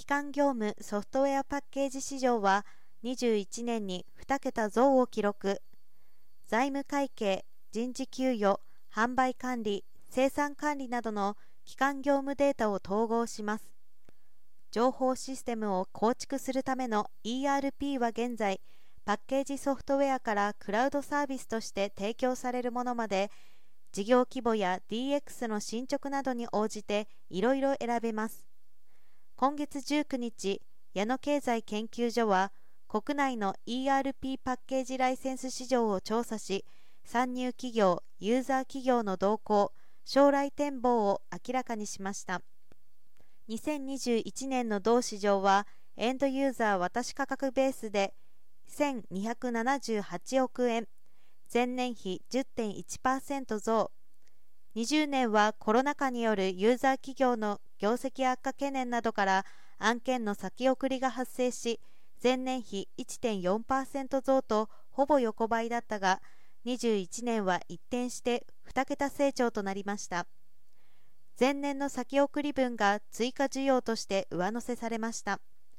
間業務ソフトウェアパッケージ市場は21年に2桁増を記録。財務会計、人事給与、販売管理、生産管理などの基幹業務データを統合します。情報システムを構築するための ERP は現在、パッケージソフトウェアからクラウドサービスとして提供されるものまで、事業規模や DX の進捗などに応じていろいろ選べます。今月19日、矢野経済研究所は、国内の ERP パッケージライセンス市場を調査し、参入企業、ユーザー企業の動向、将来展望を明らかにしました。2021年の同市場は、エンドユーザー渡し価格ベースで1278億円、前年比 10.1% 増。20年はコロナ禍によるユーザー企業の業績悪化懸念などから案件の先送りが発生し、前年比 1.4% 増とほぼ横ばいだったが、21年は一転して2桁成長となりました。前年の先送り分が追加需要として上乗せされました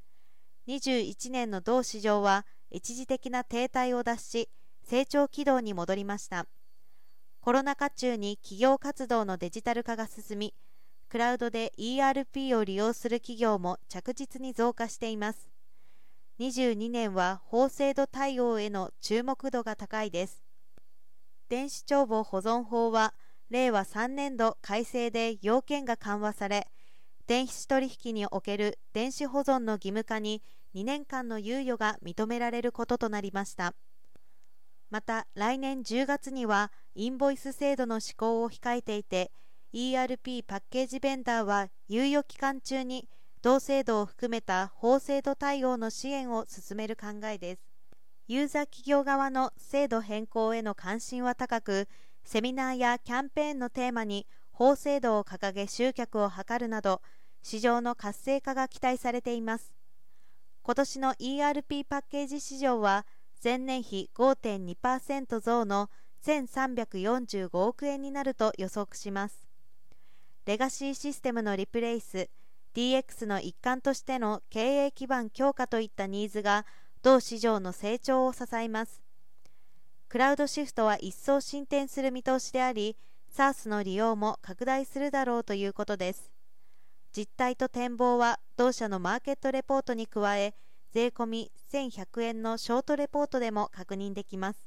。21年の同市場は一時的な停滞を脱し、成長軌道に戻りました。コロナ禍中に企業活動のデジタル化が進み、クラウドで ERP を利用する企業も着実に増加しています。22年は法制度対応への注目度が高いです。電子帳簿保存法は令和3年度改正で要件が緩和され、電子取引における電子保存の義務化に2年間の猶予が認められることとなりました。また来年10月にはインボイス制度の施行を控えていて、 ERP パッケージベンダーは猶予期間中に同制度を含めた法制度対応の支援を進める考えです。ユーザー企業側の制度変更への関心は高く、セミナーやキャンペーンのテーマに法制度を掲げ集客を図るなど、市場の活性化が期待されています。今年の ERP パッケージ市場は前年比 5.2% 増の1345億円になると予測します。レガシーシステムのリプレイス、DX の一環としての経営基盤強化といったニーズが同市場の成長を支えます。クラウドシフトは一層進展する見通しであり、SaaS の利用も拡大するだろうということです。実態と展望は同社のマーケットレポートに加え、税込み1100円のショートレポートでも確認できます。